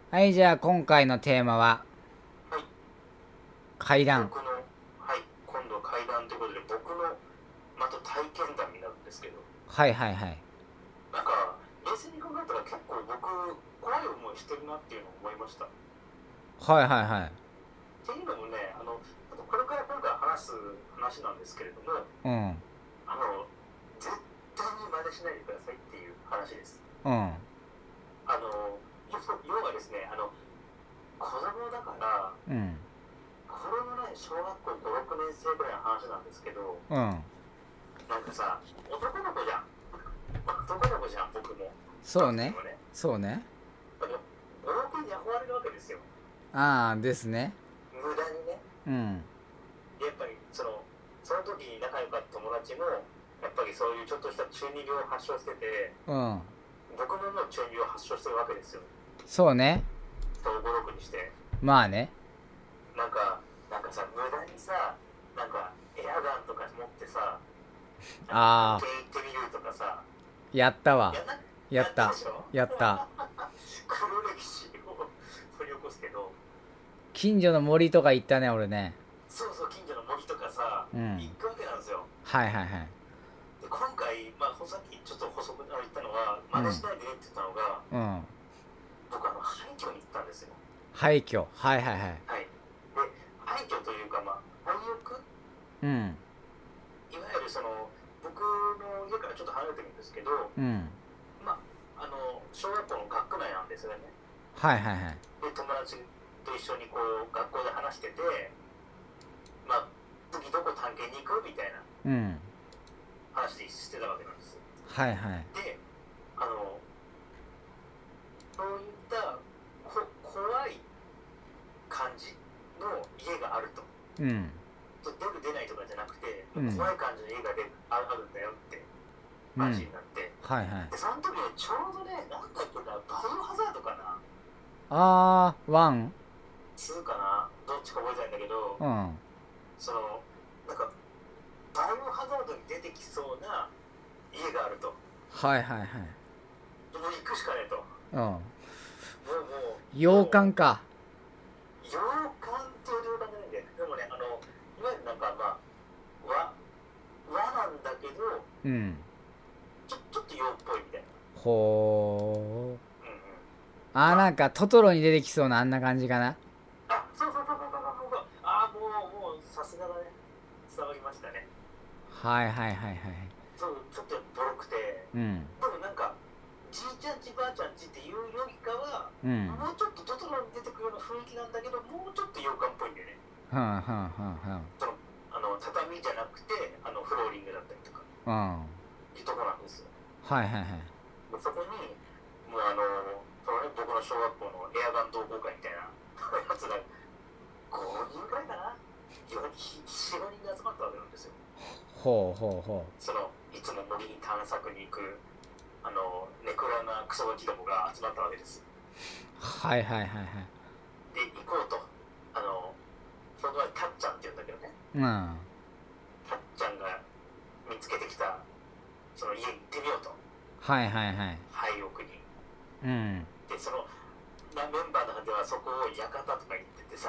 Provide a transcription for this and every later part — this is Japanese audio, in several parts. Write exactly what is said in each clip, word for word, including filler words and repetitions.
はい、じゃあ今回のテーマははい、 階段。 僕の、はい、今度階段ということで、僕のまた体験談になるんですけど、 はいはいはい。 なんか、冷静に考えたら結構僕、怖い思いしてるなっていうのを思いました。っはいはいはい。 ていうのもね、あの、あとこれから今回話す話なんですけれども、 うん。 あの、絶対に真似しないでくださいっていう話です。 うん。 あの、要要はですね、あの、子供だから、 うん。 これもね、小学校ご、ろくねん生ぐらいの話なんですけど、 うん。 なんかさ、男の子じゃん。男の子じゃん、僕も。 そうね。 マックスもね。 そうね。 あの、ボロクに憧れるわけですよ。 ああ、ですね。 無駄にね。 うん。 やっぱり、その、その時に仲良かった友達も、やっぱりそういうちょっとした中二病を発症してて、 うん。 僕ももう中二病を発症してるわけですよ。 そうね。 人をボロクにして。 まあね。 なんか、なんかさ、無駄にさ、なんか、エアガンとか持ってさ、 ああ、 探検行ってみるとかさ、 やったわ。 やんなやった。 やったでしょ。 やった。 黒歴史を掘り起こすけど、 近所の森とか行ったね、俺ね。 そうそう、近所の森とかさ、 うん。 行くわけなんですよ。 はいはいはい。 で今回、まあ、さっきちょっと補足で言ったのは、 うん。 真似しないでねって言ったのが、 うん。 僕、あの廃墟に行ったんですよ。 廃墟。はいはいはい。 はい。で、廃墟というか、まあ、廃屋、 うん。 いわゆるその、僕の家からちょっと離れてるんですけど、 うん。 まあ、あの、小学校の学区内なんですよね。 はいはいはい。 で、友達と一緒にこう、学校で話してて、まあ、次どこ探検に行くみたいなうん。 話してたわけなんです。 はいはい。 で、あの、そういったこ怖い感じの家があると。 うん。 出る出ないとかじゃなくて、 うん。 怖い感じの家が出ああるんだよってうん。 話になって、 はいはい。 でその時ね、ちょうどね、なんだっけな、バイオハザードかな、 あー、ワン。 ツーかな、どっちか覚えてないんだけど、 うん。 その、なんか、バイオハザードに出てきそうな家があると。 はいはいはい。 もう行くしかねえと。 うん。 もうもう、 洋もう、 館か。 洋館っていう洋館じゃないんだよね。でもね、あの、いわゆるなんかまあ、和、和なんだけど、 うん。 ちょ、ちょっと洋っぽいみたいな。 ほー。 うんうん。 あー、 まあ、 なんかトトロに出てきそうなあんな感じかな。 あ、そうそうそうそうそうそうそう。ああ、もう、もう、さすがだね。伝わりましたね。 はいはいはいはい。 そう、ちょっとボロくて。 うん。 でもなんか、じいちゃんちばあちゃんちっていうよりかは、 うん。 もうちょっとトトロに出てくるような雰囲気なんだけど、もうちょっと洋館っぽいんだよね。 はんはんはんはん。 その、あの、畳じゃなくて、あの、フローリングだったりとか、 うん。 いうとこなんですよ。 はいはいはい。 でそこに、もうあの、そのね、僕の小学校のエアガン同好会みたいなやつが、ごにんくらいかな、よん、よん、ごにんで集まったわけなんですよ。 ほうほうほそのいつも森に探索に行くあのネクラなクソガキどもが集まったわけです。 う。はいはいはいはい。 で行こうと、あのその前たっちゃんって言うんだけどね、 うん。はたっちゃんが見つけてきたその家に行ってみようと、 いはいはい。 廃屋に。 うん。 でそのメンバーの中ではそこを館とか言っててさ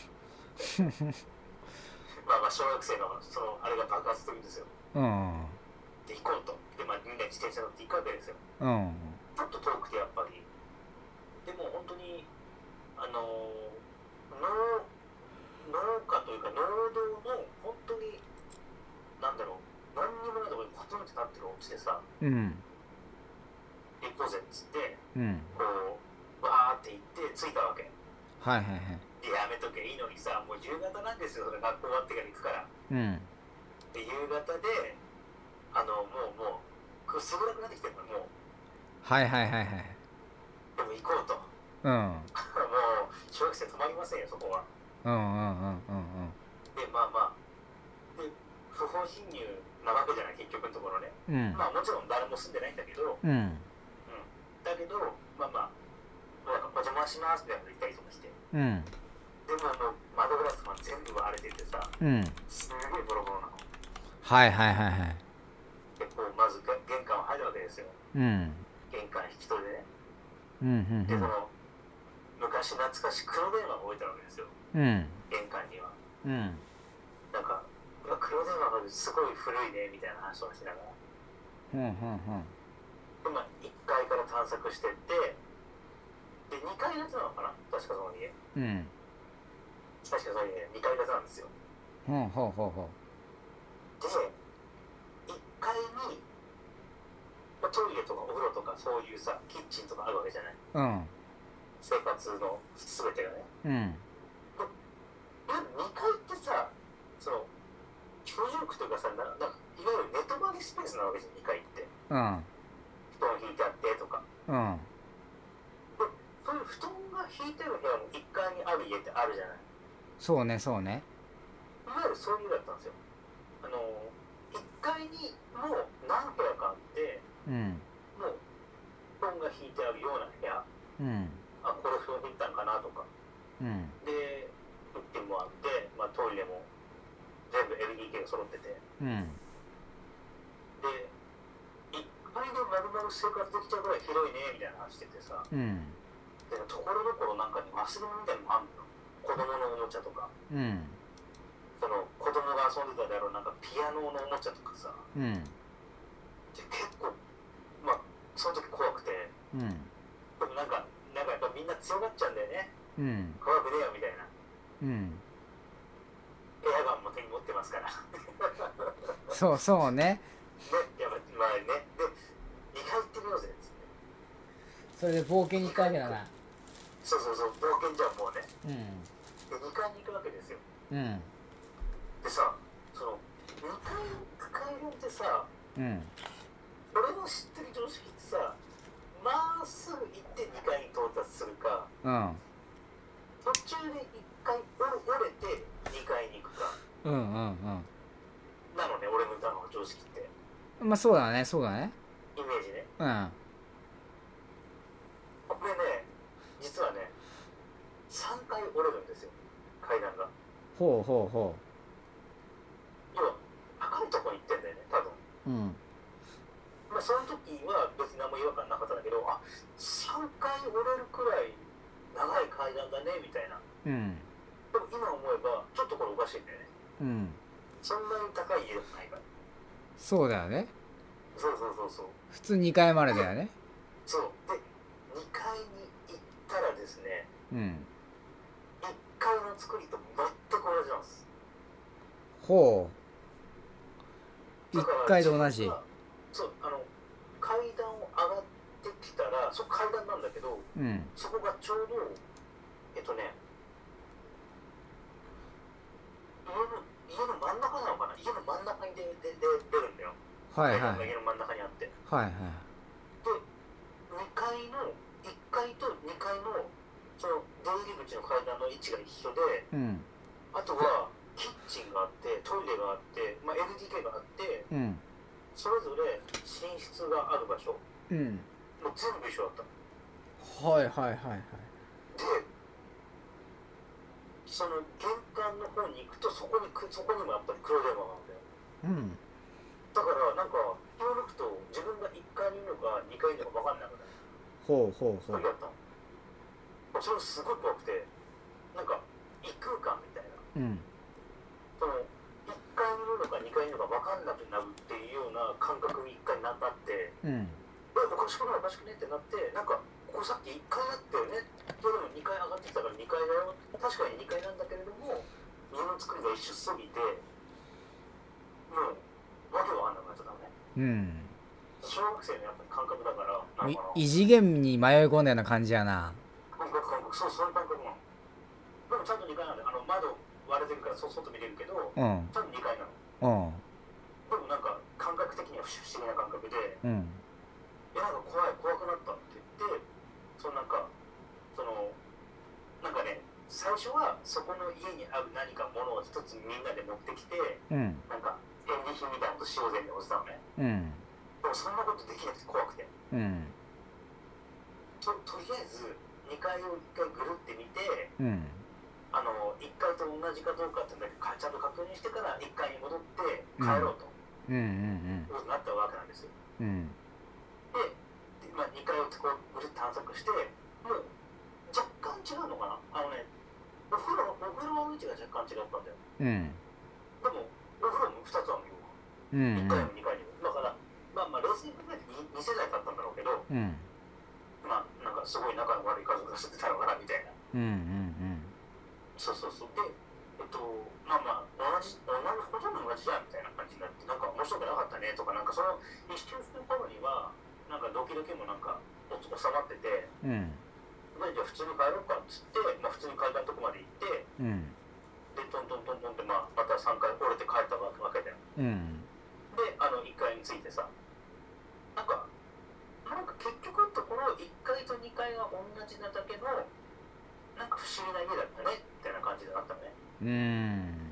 まあまあ小学生のそのあれが爆発するんですよ。 うん。 で行こうと。でまあみんな自転車乗って行くわけですよ。 うん。 ちょっと遠くてやっぱり。でも本当にあの農農家というか農道の本当になんだろう、何にもないところにポツンって立ってるお家でさ、 うん。 行こうぜっつってうん。 こうわーって行って着いたわけはいはいはい。 で、やめとけいいのにさ、もう夕方なんですよ、それ学校終わってから行くから。 うん。 で夕方であのもうもうこれすぐなくなってきてるから、もうはいはいはいはい。 でも行こうとうん。 もう小学生止まりませんよそこは。 うんうんうんうんでまあまあで不法侵入なわけじゃない、結局のところね。 うん。うん。 まあもちろん誰も住んでないんだけど、 うん。 うん、だけどまあまあお邪魔しますって言ったりとかして、 うん。 でももう窓ガラスとか全部割れててさ、 うん。 すげえボロボロなの。 はいはいはいはい。 でこうまず玄関を入るわけですよ。 うん。 玄関引き取りでね。 うんうんうん。 でその昔昔懐かしい黒電話が置いてあるわけですよ、 うん。 玄関には。 うん。 なんか今黒電話がすごい古いねみたいな話をしながら、 うん。うん。 今いっかいから探索してってでにかい建てなのかな、確かその家。 うん。 確かその家にかい建てなんですよ。 うん。ほうほうほでいっかいに、まあ、トイレとかお風呂とかそういうさキッチンとかあるわけじゃない、 う。うん。 生活の全てがね。 うん。 でにかいってさ、その居住区というかさ、ななんかいわゆる寝泊まりスペースなわけじゃん、にかいって。 うん。 布団引いてあってとか。 うん。 でそういう布団が引いてる部屋もいっかいにある家ってあるじゃない。 そうね、そうね。 いわゆるそういう家だったんですよ。あのいっかいにもう何部屋かあって、 うん。 もう布団が引いてあるような部屋、 うん。 あ、これ布団引いたんかなとか。 うん。 で物件もあって、まあ、トイレも全部 エルディーケー が揃ってて、 うん。 でいっかいで丸々生活できちゃうぐらい広いねみたいな話しててさ、 うん。 でところどころなんかに忘れ物みたいなのもあるのよ。子供のおもちゃとか、 うん。 その子供が遊んでたであろうなんかピアノのおもちゃとかさ、 うん。 で結構まあその時怖くて、 うん。 でもなんかなんかやっぱみんな強がっちゃうんだよね。 うん。 怖くねえよみたいな。 うん。 エアガンも手に持ってますから。 そうそうね。 ね、やっぱまあね、でにかい行ってみようぜっつって。 それで冒険に行ったわけだな。 そうそうそう、冒険じゃんもうね。 うん。 でにかいに行くわけですよ。 うん。 でさ、そのにかいの階段ってさ、 うん。 俺の知ってる常識ってさ、まっすぐ行ってにかいに到達するか、 うん。 途中でいっかい折れてにかいに行くかうんうんうんなのね、俺の歌の常識って。 まあそうだね、そうだね。 イメージね。 うん。 これね、実はね、さんかい折れるんですよ、階段が。 ほうほうほ要は高いとこに行ってんだよね、多分。 う。うん。 まあその時は別に何も違和感なかったんだけど、あ、さんかい折れるくらい長い階段だねみたいな。 うん。 でも今思えばちょっとこれおかしいんだよね。 うん。 そんなに高い家でもないから。 そうだよね。 そうそうそうそう。 普通にかいまでだよね。 そうでにかいに行ったらですね、 うん。 いっかいの作りと全く同じなんです。 ほう。いっだからかいと同じ。 自分がそう、あの階段を上がってきたら、そこ階段なんだけど、 うん。 そこがちょうどえっとね家の家の真ん中なのかな、家の真ん中に出出出出るんだよ。 はいはい。 階段が家の真ん中にあって、ではいはい。 にかいのいっかいとにかいのその出入り口の階段の位置が一緒で、 うん。 あとはキッチンがあってトイレがあって、まあ、エルディーケー があって、 うん。 それぞれ寝室がある場所、 うん。 もう全部一緒だったの。 はいはいはいはい。 でその玄関の方に行くと、そこにそこにもやっぱり黒電話があるんだよ。 うん。 だからなんか気を抜くと自分がいっかいにいるのかにかいにいるのか分かんなくなるほうほうほう。 時だったの。それすごい怖くて、なんか異空間みたいな、 うん。 そのいっかいにいるのかにかいにいるのか分かんなくなるっていうような感覚にいっかいなったって、 うん。 え、おかしくないおかしくねってなって、なんかここさっきいっかいだったよね、それでもにかい上がってきたからにかいだよ、確かににかいなんだけれども家の作りが一緒すぎてもうわけわかんなくなっちゃったのね。 うん。 小学生のやっぱり感覚だからなのかな。 異次元に迷い込んだような感じやな。 感覚感覚、そうそういう感覚なの。でもちゃんとにかいなんで、あの窓割れてるからそう外見れるけど、 うん。 ちゃんとにかいなの。 うん。 でもなんか感覚的には不思議な感覚で、 うん。 え、なんか怖い怖くなったって言って、そのなんかそのなんかね、最初はそこの家にある何か物を一つみんなで持ってきて、 うん。 なんか演利品みたいなことしようぜって思ってたのね。 うん。 でもそんなことできなくて怖くて、 うん。 と, とりあえずにかいをいっかいぐるってみて、 うん。 あのいっかいと同じかどうかっていうのだけちゃんと確認してからいっかいに戻って帰ろうと、 うんうんことになったわけなんですよ。 うん。うん。 で、でまあ、にかいをこうぐるっと探索して、もう若干違うのか感じだったんだよ。 うん。 でもお風呂もふたつあるよ、 うんいっかいもにかいにも。だからまあまあ冷静に考えて 2, 世代だったんだろうけど、 うん。 まあなんかすごい仲の悪い家族が住んでたのかなみたいな。 うんうんそうそうそう。で、えっと、まあまあ、同じ、同じ、ほとんど同じじゃんみたいな感じになって、なんか面白くなかったねとか、なんかその一周する頃には、なんかドキドキもなんか収まってて、 うん。 まあじゃあ普通に帰ろうかっつって、まあ普通に階段のとこまで行って、 うん。 で、トントントントンって、まあ、またさんかい折れて帰ったわけだよ。 うん。 で、あの、いっかいについてさ、なんか、なんか結局のところ、いっかいとにかいが同じなだけの、なんか不思議な家だったねみたいな感じでなったのね。 うん。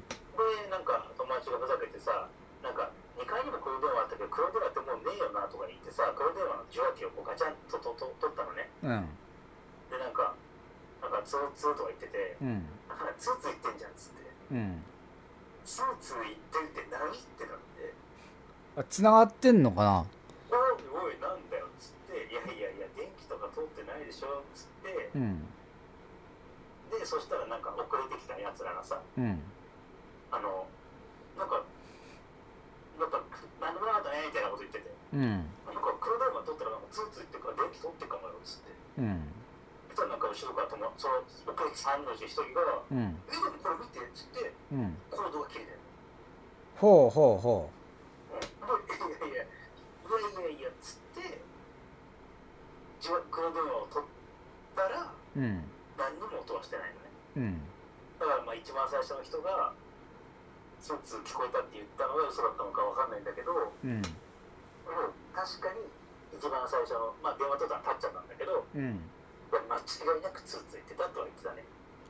で、なんか友達がふざけてさ、なんかにかいにも黒電話あったけど、黒電話ってもうねえよなとか言ってさ、黒電話の受話器をこうガチャンととと取ったのね。 うん。 で、なんか、なんかツーツーとか言ってて、 うん。 なんかツーツー言ってんじゃんっつって、 うん。 ツーツー言ってるって何ってなって、 あ、繋がってんのかな。 おいおいなんだよっつって、いやいやいや、電気とか通ってないでしょっつって、 うん。 で、そしたらなんか遅れてきたやつらがさ、 うん。 あの、なんか、なんか、なんでもなかったねみたいなこと言ってて、 うん。 なんか黒電話取ったらなんかツーツー言ってるから電気取ってかもよっつって、 うん。 そしたらなんか後ろからともその遅れてきたさんのうちひとりが、 うん。 え、でもこれ見てっつって、 うん。 コードが切れてる。 ほうほうほうん。で、いやいや、いやいやいやっつって、自分黒電話を取ったら、 う。うん。 何にも音はしてないのね。 うん。 だからまあ一番最初の人がツーツー聞こえたって言ったのが嘘だったのかわかんないんだけど、 うん。 もう確かに一番最初の、まあ電話取ったら立っちゃったんだけど、 うん。 間違いなくツーツー言ってたとは言ってたね。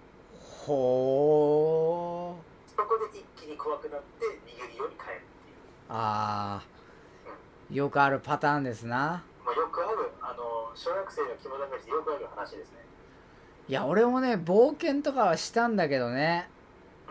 ほー。 そこで一気に怖くなって逃げるように帰るっていう。 あー、よくあるパターンですな。 まあ、よくある、あの小学生の肝試しでよくある話ですね。 いや、俺もね、冒険とかはしたんだけどね。 うん。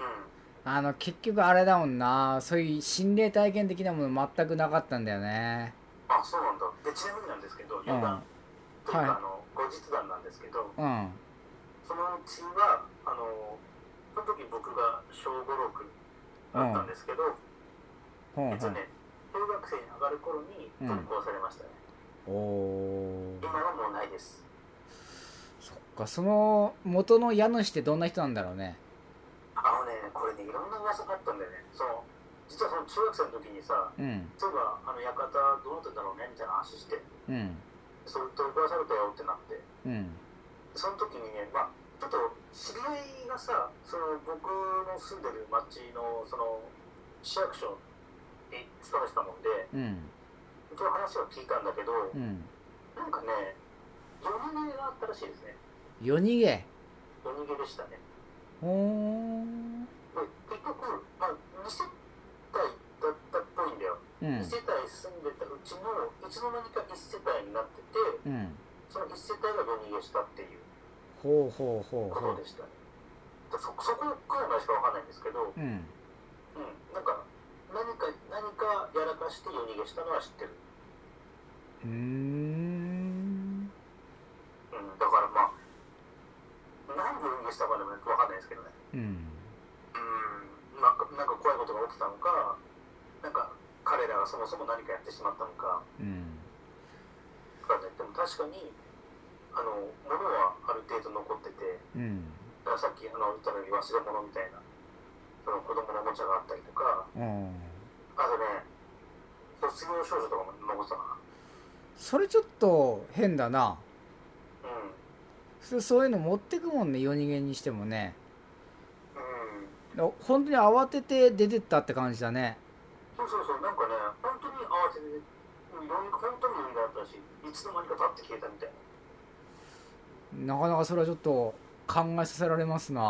あの、結局あれだもんな。そういう心霊体験的なもの全くなかったんだよね。 あ、そうなんだ。で、ちなみになんですけど、余談というか、 はいあの後日談なんですけど、 うん。 そのうちはあのその時僕が小ごろくだったんですけど、 ほんほん。 実はね、小学生に上がる頃に取り壊されましたね。 うん、おー。 今はもうないです。 そっか、その元の家主ってどんな人なんだろうね。 あのね、これね、いろんな噂があったんだよね。その実はその中学生の時にさ、 うん。 そういえばあの館どうなってんだろうねみたいな話して、 うん。 それ取り壊されたよってなって、 うん。 その時にね、まあちょっと知り合いがさ、その僕の住んでる町のその市役所に勤めてたもんで、 うん。 その話を聞いたんだけど、 うん。 なんかね、夜逃げがあったらしいですね。 夜逃げ。 夜逃げでしたね。 ほーん。 で、結局、まあ、に世帯だったっぽいんだよ。 うん。 に世帯住んでたうちのいつの間にかいち世帯になってて、 うん。 そのいち世帯が夜逃げしたっていうほうほうほうこほう。 とでしたね。そそこくらいまでしかわかんないんですけど、うん、 うん。 なんか何か何かやらかして夜逃げしたのは知ってる。 うーん。 うん、だからまあ、なんで夜逃げしたかでもよくわかんないですけどね。 うん。 うん、なんかなんか怖いことが起きたのか、なんか彼らがそもそも何かやってしまったのか。 うん。 だからね、でも確かにあの物はある程度残ってて、 うん。 だからさっきあの言ったように忘れ物みたいな、その子供のおもちゃがあったりとか、 うん。 あとね、卒業証書とかも残ってたかな。 それちょっと変だな。 うん。 普通そういうの持ってくもんね、夜逃げにしてもね。 うん。 本当に慌てて出てったって感じだね。 そうそうそう、なんかね、本当に慌てて、本当に余裕があったし、いつの間にか立って消えたみたいな。なかなかそれはちょっと考えさせられますな。 な。うん。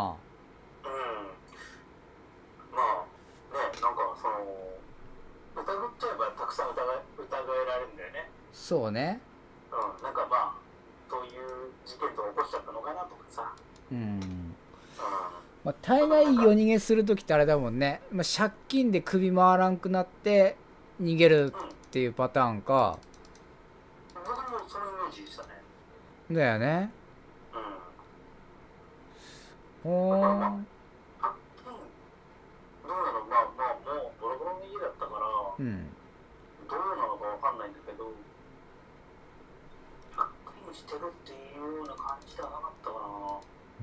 まあ、ね、なんかその、疑っちゃえばたくさん疑い、疑えられるんだよね。 そうね。 うん、なんかまあ、そういう事件とか起こしちゃったのかなとかさ。 うん。 うん。 まあ、大概夜逃げするときってあれだもんね。まあ、借金で首回らんくなって逃げるっていうパターンか。 僕もそのイメージでしたね。 だよね。 うん。だからまほーん。 あ、借金うん、 どうなのかわかんないんだけど、がっかりしてるっていうような感じではなかったかな。うん。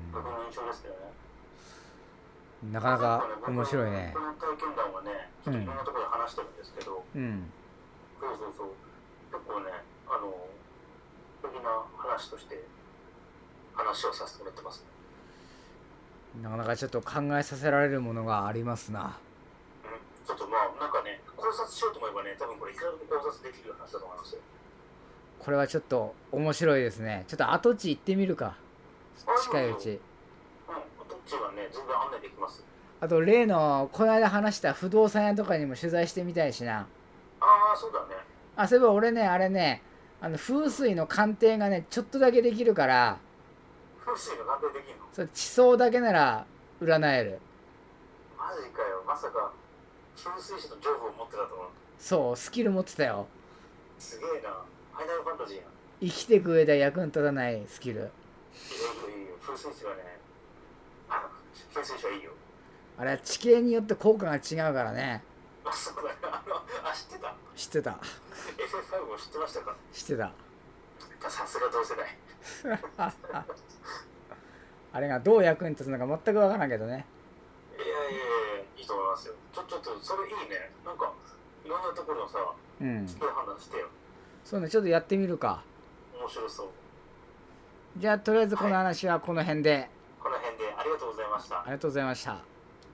僕の印象ですけどね。 なかなか面白いね。 この体験談はね、ちょっといろんなところで話してるんですけど、うん、そうそうそう、結構ね、あの的な話として話をさせてもらってますね。 なかなかちょっと考えさせられるものがありますな。 うん、ちょっとまあなんかね、考察しようと思えばね、多分これいくらでも考察できる話だと思いますよ。これはちょっと面白いですね。ちょっと跡地行ってみるか。近いうち。 うん、跡地はね、全然案内できます。 あと例のこの間話した不動産屋とかにも取材してみたいしな。 ああ、そうだね。 あ、そういえば俺ね、あれね、あの風水の鑑定がね、ちょっとだけできるから。 風水の鑑定できるの？ それ地層だけなら占える。 マジかよ、まさか風水師の情報を持ってたと思う。 そう、スキル持ってたよ。 すげえな、ファイナルファンタジーやん。 生きていく上では役に立たないスキル。いいよいいよ、風水師はね、あ、風水師はいいよ。 あれは地形によって効果が違うからね。 あ、そうだね。あの、あ、知ってた？ 知ってた。 エフエフファイブ を知ってましたか？ 知ってた。 さすが同世代。 あれがどう役に立つのか全く分からんけどね。 いやいやいや、いいと思いますよ。ちょちょっとそれいいね。なんかいろんなところのさ、うん、地形判断してよ。 そうね、ちょっとやってみるか。 面白そう。 じゃあとりあえずこの話はこの辺で、はい、 この辺でありがとうございました。 ありがとうございました。